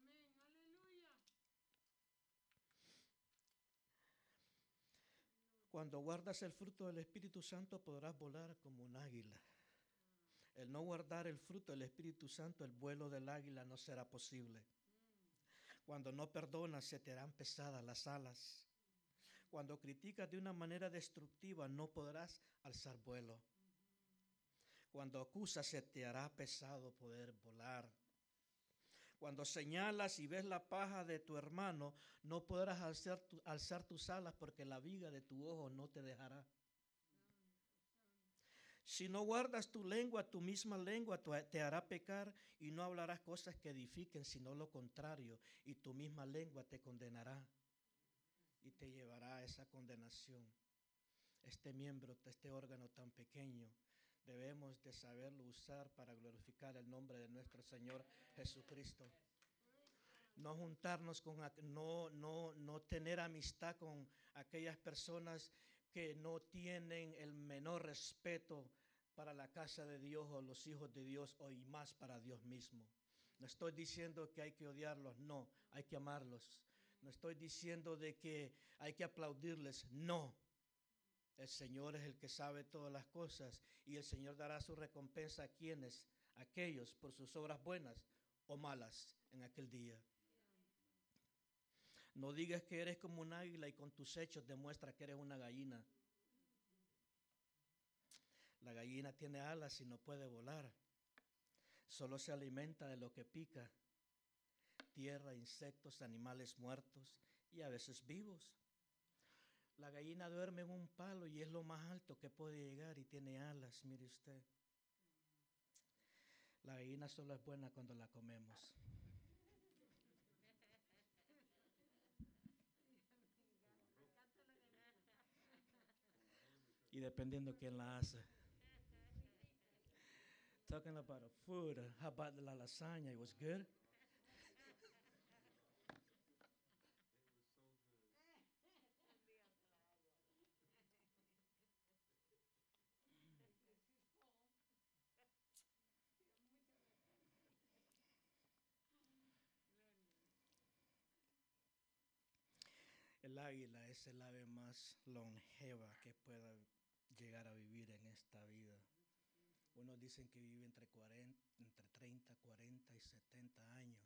Cuando guardas el fruto del Espíritu Santo podrás volar como un águila. El no guardar el fruto del Espíritu Santo, el vuelo del águila no será posible. Cuando no perdonas, se te harán pesadas las alas. Cuando criticas de una manera destructiva, no podrás alzar vuelo. Cuando acusas, se te hará pesado poder volar. Cuando señalas y ves la paja de tu hermano, no podrás alzar tus alas porque la viga de tu ojo no te dejará. Si no guardas tu lengua, tu misma lengua te hará pecar y no hablarás cosas que edifiquen, sino lo contrario, y tu misma lengua te condenará y te llevará a esa condenación. Este miembro, este órgano tan pequeño, debemos de saberlo usar para glorificar el nombre de nuestro Señor Jesucristo. No juntarnos no tener amistad con aquellas personas que no tienen el menor respeto para la casa de Dios o los hijos de Dios o y más para Dios mismo. No estoy diciendo que hay que odiarlos, no, hay que amarlos. No estoy diciendo de que hay que aplaudirles, no. El Señor es el que sabe todas las cosas y el Señor dará su recompensa a quienes, aquellos por sus obras buenas o malas en aquel día. No digas que eres como un águila y con tus hechos demuestra que eres una gallina. La gallina tiene alas y no puede volar. Solo se alimenta de lo que pica. Tierra, insectos, animales muertos y a veces vivos. La gallina duerme en un palo y es lo más alto que puede llegar y tiene alas, mire usted. La gallina solo es buena cuando la comemos. Y dependiendo quién la hace. Talking about a food, how about la lasagna? It was good. El águila es el ave más longeva que pueda llegar a vivir en esta vida. Unos dicen que vive entre 30, 40 y 70 años.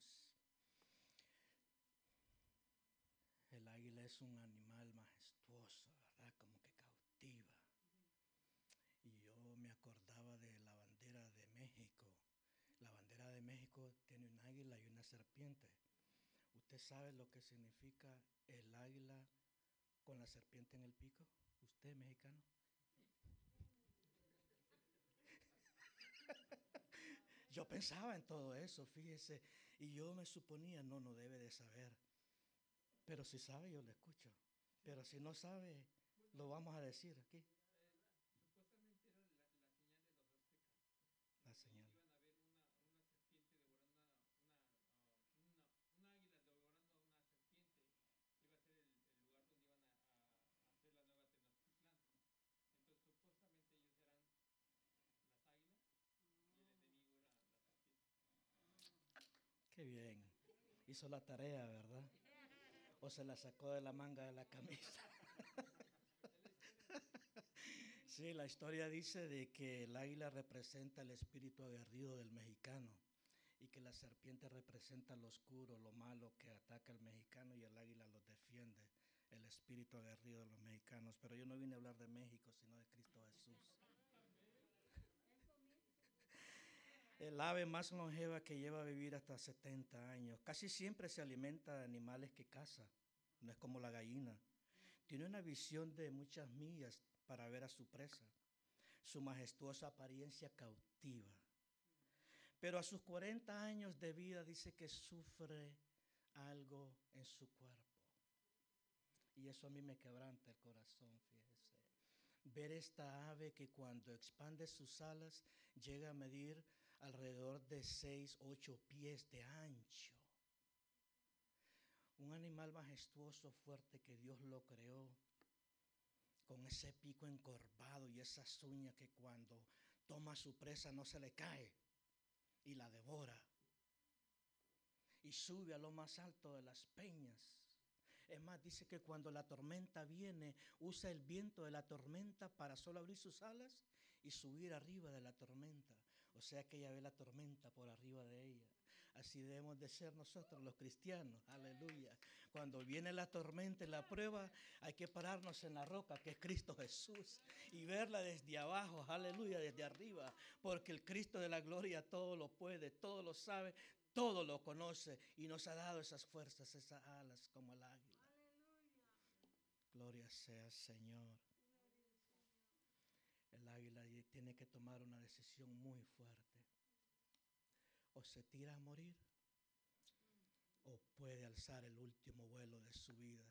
El águila es un animal majestuoso, ¿verdad? Como que cautiva. Y yo me acordaba de la bandera de México. La bandera de México tiene un águila y una serpiente. ¿Usted sabe lo que significa el águila con la serpiente en el pico? ¿Usted, mexicano? Yo pensaba en todo eso, fíjese, y yo me suponía, no debe de saber. Pero si sabe, yo le escucho. Pero si no sabe, lo vamos a decir aquí. La señal. Qué bien. Hizo la tarea, ¿verdad? O se la sacó de la manga de la camisa. Sí, la historia dice de que el águila representa el espíritu aguerrido del mexicano y que la serpiente representa lo oscuro, lo malo que ataca al mexicano, y el águila los defiende, el espíritu aguerrido de los mexicanos. Pero yo no vine a hablar de México, sino de Cristo Jesús. El ave más longeva que lleva a vivir hasta 70 años. Casi siempre se alimenta de animales que caza. No es como la gallina. Tiene una visión de muchas millas para ver a su presa. Su majestuosa apariencia cautiva. Pero a sus 40 años de vida dice que sufre algo en su cuerpo. Y eso a mí me quebranta el corazón, fíjese. Ver esta ave que cuando expande sus alas llega a medir alrededor de 6, 8 pies de ancho. Un animal majestuoso, fuerte, que Dios lo creó, con ese pico encorvado y esas uñas que cuando toma su presa no se le cae y la devora. Y sube a lo más alto de las peñas. Es más, dice que cuando la tormenta viene, usa el viento de la tormenta para solo abrir sus alas y subir arriba de la tormenta. O sea que ella ve la tormenta por arriba de ella. Así debemos de ser nosotros los cristianos, aleluya. Cuando viene la tormenta y la prueba, hay que pararnos en la roca que es Cristo Jesús y verla desde abajo, aleluya, desde arriba, porque el Cristo de la gloria todo lo puede, todo lo sabe, todo lo conoce y nos ha dado esas fuerzas, esas alas como el águila. Gloria sea Señor. El águila tiene que tomar una decisión muy fuerte. O se tira a morir o puede alzar el último vuelo de su vida.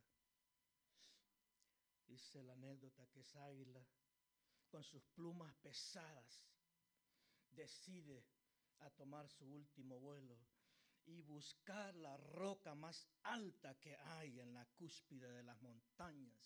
Dice la anécdota que esa águila, con sus plumas pesadas, decide a tomar su último vuelo y buscar la roca más alta que hay en la cúspide de las montañas.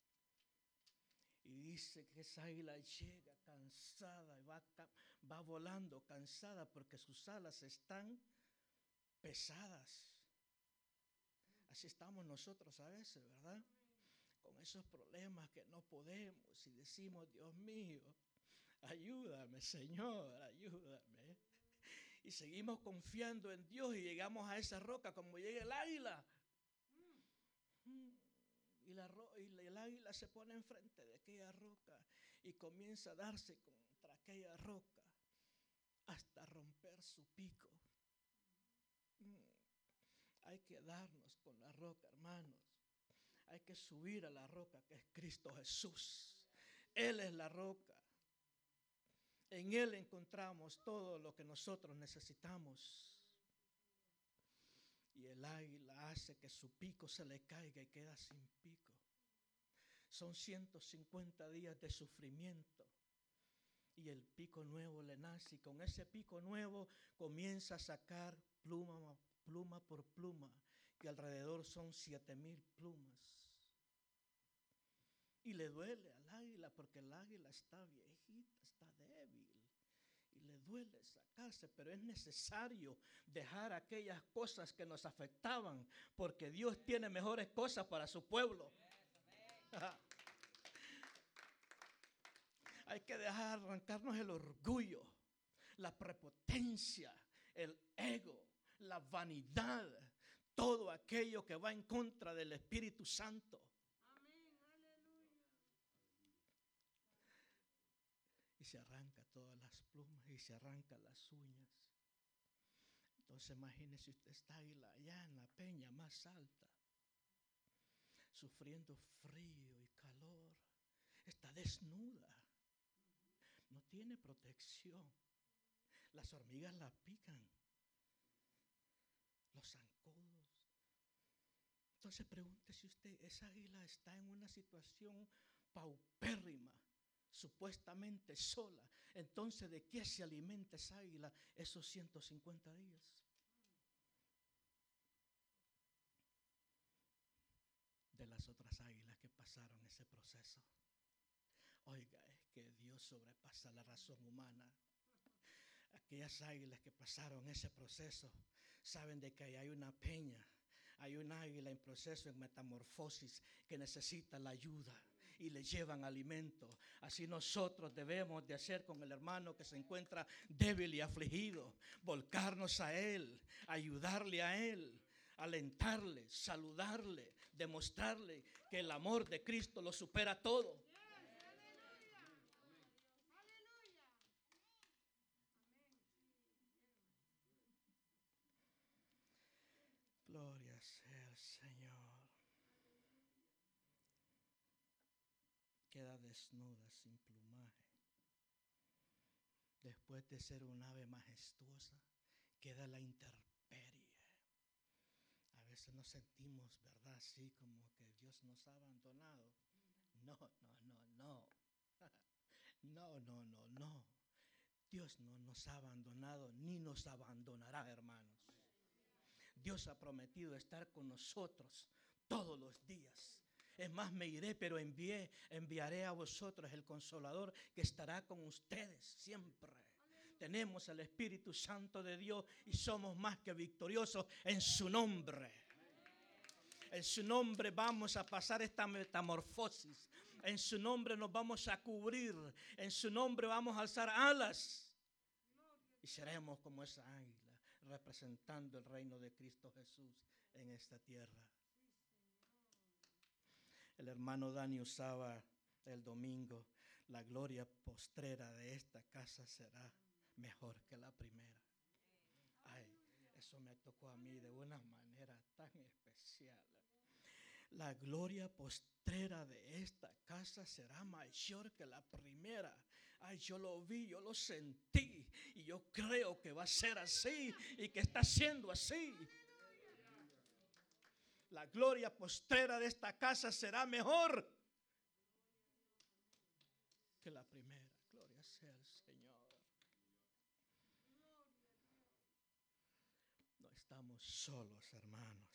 Y dice que esa águila llega cansada y va volando cansada porque sus alas están pesadas. Así estamos nosotros a veces, ¿verdad? Con esos problemas que no podemos y decimos, Dios mío, ayúdame, Señor, ayúdame. Y seguimos confiando en Dios y llegamos a esa roca como llega el águila. Y el águila se pone enfrente de aquella roca y comienza a darse contra aquella roca hasta romper su pico. Hay que darnos con la roca, hermanos. Hay que subir a la roca que es Cristo Jesús. Él es la roca. En Él encontramos todo lo que nosotros necesitamos. Y el águila hace que su pico se le caiga y queda sin pico. Son 150 días de sufrimiento. Y el pico nuevo le nace y con ese pico nuevo comienza a sacar pluma por pluma, que alrededor son 7,000 plumas. Y le duele al águila porque el águila está viejita, está débil. Y le duele sacarse, pero es necesario dejar aquellas cosas que nos afectaban, porque Dios tiene mejores cosas para su pueblo. Hay que dejar arrancarnos el orgullo. la prepotencia, el ego, la vanidad, todo aquello que va en contra del Espíritu Santo. Y se arranca todas las plumas y se arrancan las uñas. Entonces imagínese usted está allá en la peña más alta, sufriendo frío y calor. Está desnuda, no tiene protección. Las hormigas la pican, los zancudos. Entonces pregúntese usted, esa águila está en una situación paupérrima, supuestamente sola. Entonces, ¿de qué se alimenta esa águila esos 150 días? De las otras águilas que pasaron ese proceso. Oiga, es que Dios sobrepasa la razón humana. Aquellas águilas que pasaron ese proceso saben de que hay una peña, hay un águila en proceso, en metamorfosis, que necesita la ayuda y le llevan alimento. Así nosotros debemos de hacer con el hermano que se encuentra débil y afligido, volcarnos a él, ayudarle a él, alentarle, saludarle, demostrarle que el amor de Cristo lo supera todo. Gloria sea el Señor. Queda desnuda, sin plumaje. Después de ser un ave majestuosa, queda la intemperie. A veces nos sentimos, ¿verdad? Así como que Dios nos ha abandonado. No. No. Dios no nos ha abandonado ni nos abandonará, hermanos. Dios ha prometido estar con nosotros todos los días. Es más, me iré, pero enviaré a vosotros el Consolador que estará con ustedes siempre. Tenemos el Espíritu Santo de Dios y somos más que victoriosos en su nombre. En su nombre vamos a pasar esta metamorfosis. En su nombre nos vamos a cubrir. En su nombre vamos a alzar alas. Y seremos como esa águila, representando el reino de Cristo Jesús en esta tierra. El hermano Dani usaba el domingo: la gloria postrera de esta casa será mejor que la primera. Ay, eso me tocó a mí de una manera tan especial. La gloria postrera de esta casa será mayor que la primera. Ay, yo lo vi, yo lo sentí y yo creo que va a ser así y que está siendo así. La gloria postrera de esta casa será mejor que la primera. Gloria sea el Señor. No estamos solos, hermanos.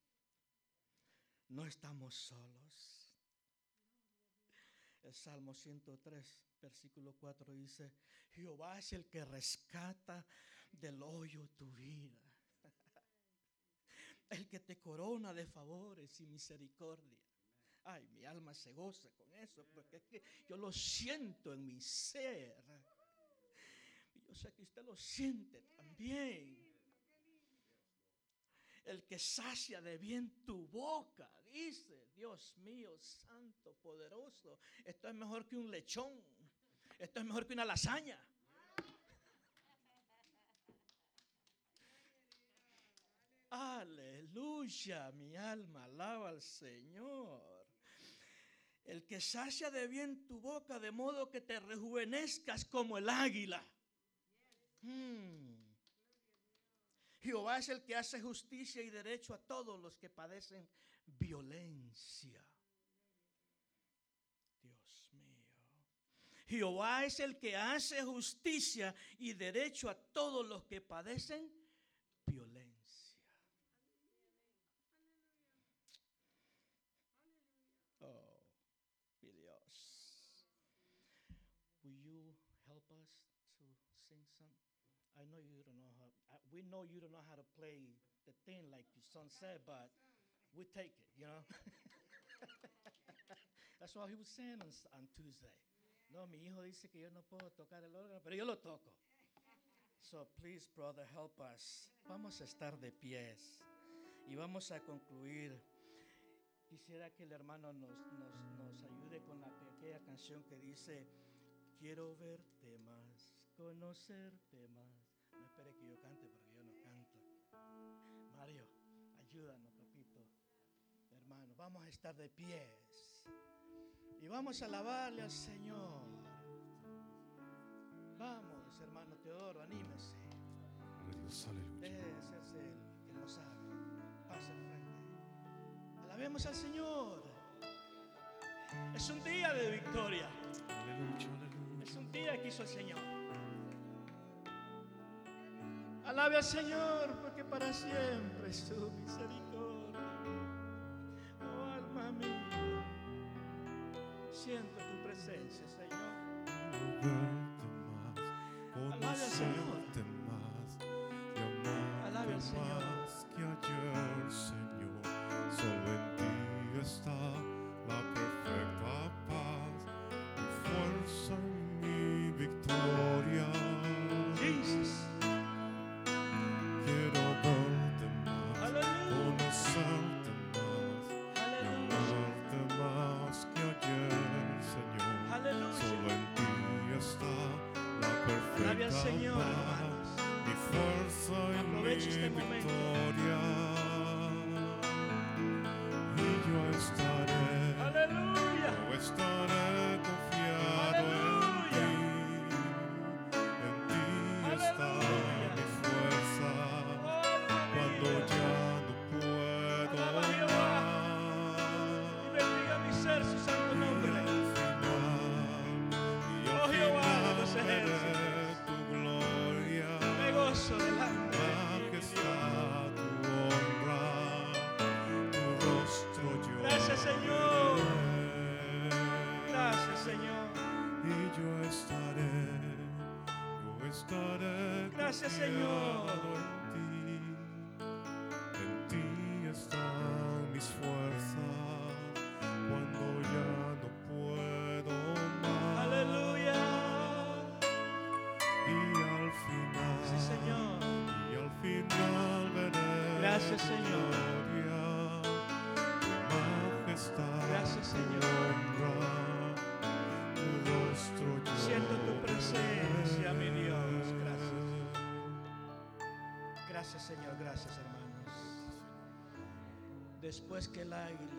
No estamos solos. El Salmo 103, versículo 4 dice: Jehová es el que rescata del hoyo tu vida. El que te corona de favores y misericordia. Ay, mi alma se goza con eso, porque es que yo lo siento en mi ser. Y yo sé que usted lo siente también. El que sacia de bien tu boca, dice. Dios mío, santo, poderoso. Esto es mejor que un lechón. Esto es mejor que una lasaña. Aleluya, mi alma alaba al Señor. El que sacia de bien tu boca, de modo que te rejuvenezcas como el águila. Jehová es el que hace justicia y derecho a todos los que padecen violencia. Dios mío. Jehová es el que hace justicia y derecho a todos los que padecen violencia. Oh, mi Dios. Will you help us to sing some? I know you don't know how. We know you don't know how to play the thing like your son said, but we take it, you know. That's what he was saying on Tuesday. No, mi hijo dice que yo no puedo tocar el órgano, pero yo lo toco. So please, brother, help us. Vamos a estar de pies y vamos a concluir. Quisiera que el hermano nos ayude con aquella canción que dice: quiero verte más, conocerte más. No espere que yo cante porque yo no canto. Mario, ayúdanos, papito. Hermano, vamos a estar de pies y vamos a alabarle al Señor. Vamos, hermano Teodoro, anímese. Ese es el que no sabe. Pasa al frente. Alabemos al Señor. Es un día de victoria. Es un día que hizo el Señor. Alabe al Señor, porque para siempre es su misericordia. Oh, alma mía, siento tu presencia, Señor. Alabe al Señor. Alabe al Señor. Que ayer, Señor, solo en ti está la perfecta paz, mi fuerza y mi victoria. Jesus. Quiero verte más, Aleluya. conocerte más, amarte más que ayer, Señor. Aleluya. Solo en ti está la Alabe al perfecta Señor, paz, hermanos. mi fuerza y Aproveche este mi momento. victoria. Y yo estaré, Aleluya. yo estaré confiado Aleluya. en ti está Aleluya. mi fuerza. Cuando ya no puedo Alaba a Jehová. Y más, bendiga mi ser su santo y nombre. al final, Oh, Jehová de los veré ejércitos. tu gloria, Me gozo delante de ti, mi Dios. majestad, tu honra, tu rostro yo Gracias, Señor. veré. Gracias, Señor. Y yo estaré Gracias, Señor. confiado en ti están mis fuerzas, cuando ya no puedo más. Aleluya. Y al final, Sí, Señor. y al final veré Gracias, tu Señor. gloria, tu majestad, Gracias, tu Señor. honra, tu rostro yo Siento tu presencia, mi Dios. veré. Gracias. Gracias, Señor. Gracias, hermanos. Después que el águila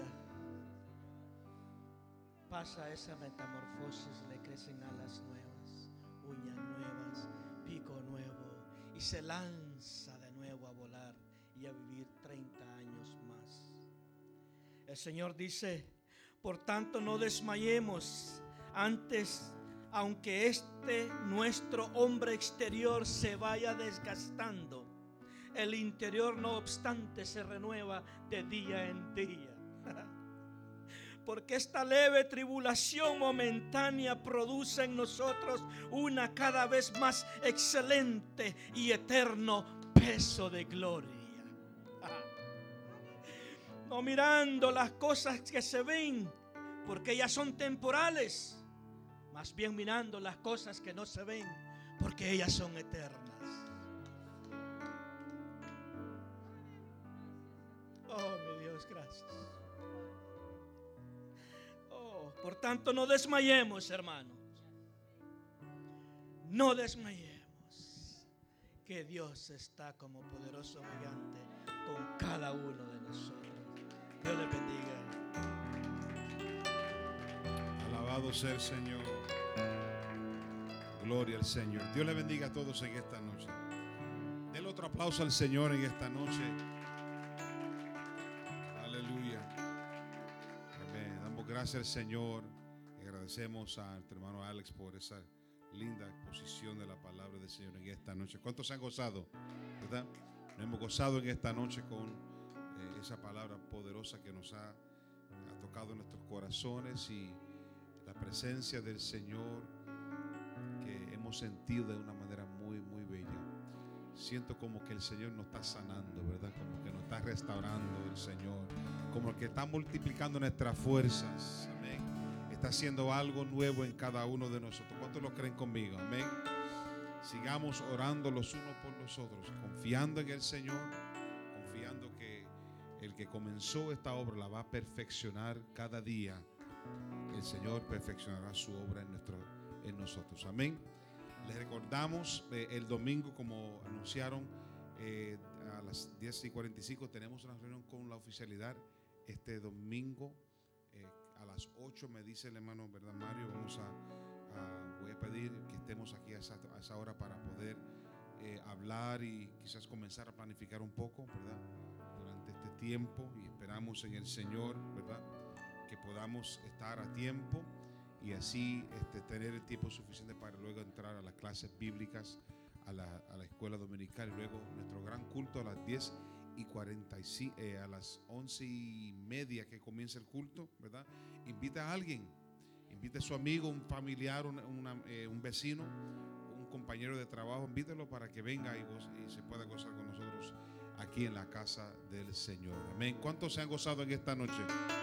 pasa esa metamorfosis, le crecen alas nuevas, uñas nuevas, pico nuevo, y se lanza de nuevo a volar y a vivir 30 años más. El Señor dice: por tanto, no desmayemos antes, aunque nuestro hombre exterior se vaya desgastando, el interior no obstante se renueva de día en día. Porque esta leve tribulación momentánea produce en nosotros una cada vez más excelente y eterno peso de gloria. No mirando las cosas que se ven, porque ellas son temporales, más bien mirando las cosas que no se ven, porque ellas son eternas. Oh, mi Dios, gracias. Oh, por tanto, no desmayemos, hermanos. No desmayemos, que Dios está como poderoso gigante con cada uno de nosotros. Dios les bendiga. Alabado sea el Señor. Gloria al Señor. Dios le bendiga a todos en esta noche. Denle otro aplauso al Señor en esta noche. Aleluya. Amén. Damos gracias al Señor. Y agradecemos a nuestro hermano Alex por esa linda exposición de la palabra del Señor en esta noche. ¿Cuántos se han gozado? ¿Verdad? Nos hemos gozado en esta noche con esa palabra poderosa que nos ha tocado en nuestros corazones y la presencia del Señor que hemos sentido de una manera muy, muy bella. Siento como que el Señor nos está sanando, ¿verdad? Como que nos está restaurando el Señor, como que está multiplicando nuestras fuerzas. Amén. Está haciendo algo nuevo en cada uno de nosotros. ¿Cuántos lo creen conmigo? Amén. sigamos orando los unos por los otros, confiando en el Señor, confiando que el que comenzó esta obra la va a perfeccionar cada día. El Señor perfeccionará su obra en nosotros. Amén. Les recordamos el domingo, como anunciaron, a las 10:45 tenemos una reunión con la oficialidad. Este domingo a las 8 me dice el hermano, ¿verdad, Mario? Voy a pedir que estemos aquí a esa hora para poder hablar y quizás comenzar a planificar un poco, ¿verdad? Durante este tiempo, y esperamos en el Señor, ¿verdad?, que podamos estar a tiempo y así tener el tiempo suficiente para luego entrar a las clases bíblicas, a la escuela dominical, y luego nuestro gran culto a las 10:45, a las 11:30 que comienza el culto, ¿verdad? Invita a alguien, invite a su amigo, un familiar, un vecino, un compañero de trabajo, invítelo para que venga y se pueda gozar con nosotros aquí en la casa del Señor. Amén. ¿Cuántos se han gozado en esta noche?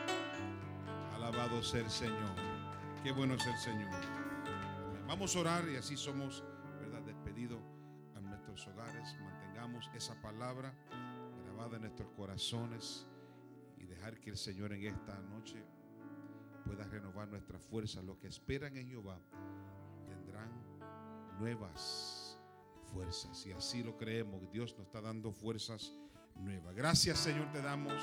Alabado sea el Señor. Qué bueno es el Señor. Amén. Vamos a orar y así somos, ¿verdad?, despedidos a nuestros hogares. Mantengamos esa palabra grabada en nuestros corazones y dejar que el Señor en esta noche pueda renovar nuestras fuerzas. Los que esperan en Jehová tendrán nuevas fuerzas, y así lo creemos. Dios nos está dando fuerzas nuevas. Gracias, Señor, te damos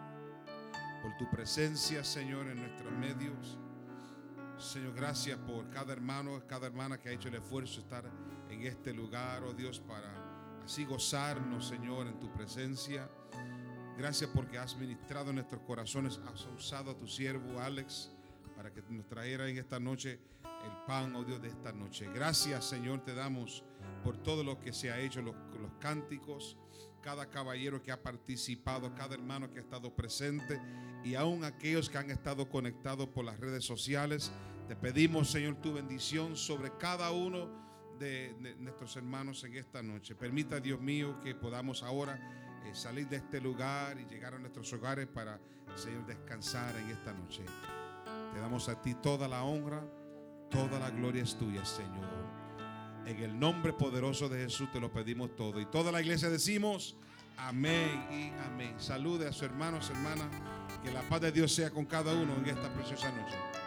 por tu presencia, Señor, en nuestros medios. Señor, gracias por cada hermano, cada hermana que ha hecho el esfuerzo de estar en este lugar, oh Dios, para así gozarnos, Señor, en tu presencia. Gracias porque has ministrado en nuestros corazones, has usado a tu siervo Alex para que nos trajera en esta noche el pan, oh Dios, de esta noche. Gracias, Señor, te damos por todo lo que se ha hecho, los cánticos, cada caballero que ha participado, cada hermano que ha estado presente, y aún aquellos que han estado conectados por las redes sociales. Te pedimos, Señor, tu bendición sobre cada uno de nuestros hermanos en esta noche. Permita, Dios mío, que podamos ahora salir de este lugar y llegar a nuestros hogares para, Señor, descansar en esta noche. Te damos a ti toda la honra, toda la gloria es tuya, Señor. En el nombre poderoso de Jesús te lo pedimos todo. Y toda la iglesia decimos amén y amén. Salude a sus hermanos, hermanas. Que la paz de Dios sea con cada uno en esta preciosa noche.